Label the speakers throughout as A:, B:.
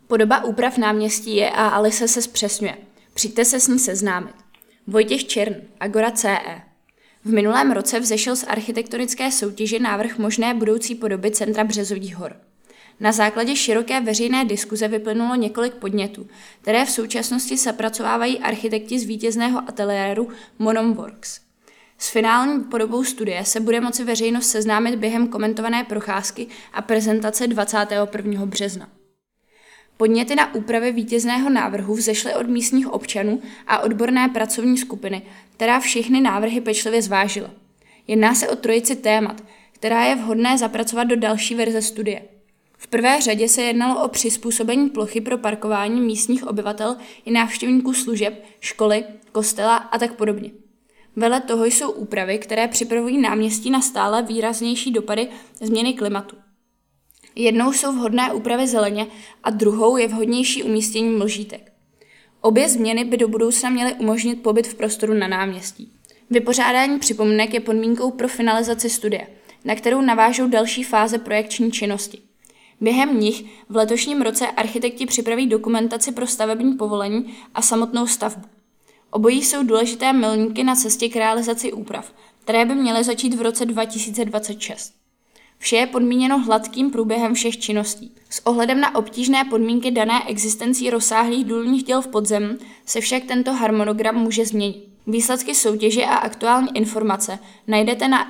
A: Podoba úprav náměstí je a Alice se zpřesňuje. Přijďte se s ní seznámit. Vojtěch Čern, Agora CE. V minulém roce vzešel z architektonické soutěže návrh možné budoucí podoby centra Březových hor. Na základě široké veřejné diskuze vyplynulo několik podnětů, které v současnosti zapracovávají architekti z vítězného ateliéru Monomworks. S finální podobou studie se bude moci veřejnost seznámit během komentované procházky a prezentace 21. března. Podněty na úpravy vítězného návrhu vzešly od místních občanů a odborné pracovní skupiny, která všechny návrhy pečlivě zvážila. Jedná se o trojici témat, která je vhodné zapracovat do další verze studie. V prvé řadě se jednalo o přizpůsobení plochy pro parkování místních obyvatel i návštěvníků služeb, školy, kostela a tak podobně. Vedle toho jsou úpravy, které připravují náměstí na stále výraznější dopady změny klimatu. Jednou jsou vhodné úpravy zeleně a druhou je vhodnější umístění mlžítek. Obě změny by do budoucna měly umožnit pobyt v prostoru na náměstí. Vypořádání připomínek je podmínkou pro finalizaci studie, na kterou navážou další fáze projekční činnosti. Během nich v letošním roce architekti připraví dokumentaci pro stavební povolení a samotnou stavbu. Obojí jsou důležité milníky na cestě k realizaci úprav, které by měly začít v roce 2026. Vše je podmíněno hladkým průběhem všech činností. S ohledem na obtížné podmínky dané existencí rozsáhlých důlních děl v podzemí se však tento harmonogram může změnit. Výsledky soutěže a aktuální informace najdete na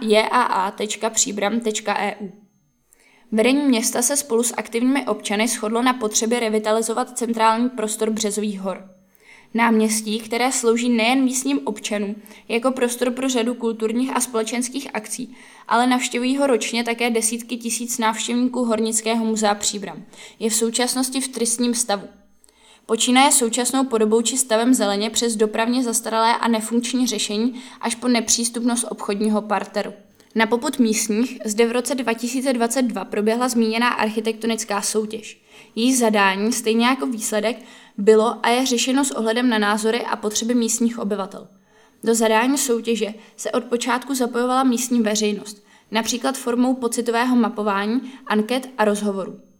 A: jaa.příbram.eu. Vedení města se spolu s aktivními občany shodlo na potřebě revitalizovat centrální prostor Březových hor. Náměstí, které slouží nejen místním občanům jako prostor pro řadu kulturních a společenských akcí, ale navštěvují ho ročně také desítky tisíc návštěvníků Hornického muzea Příbram, je v současnosti v tristním stavu. Počínaje současnou podobou či stavem zeleně přes dopravně zastaralé a nefunkční řešení až po nepřístupnost obchodního parteru. Na popud místních zde v roce 2022 proběhla zmíněná architektonická soutěž. Její zadání, stejně jako výsledek, bylo a je řešeno s ohledem na názory a potřeby místních obyvatel. Do zadání soutěže se od počátku zapojovala místní veřejnost, například formou pocitového mapování, anket a rozhovorů.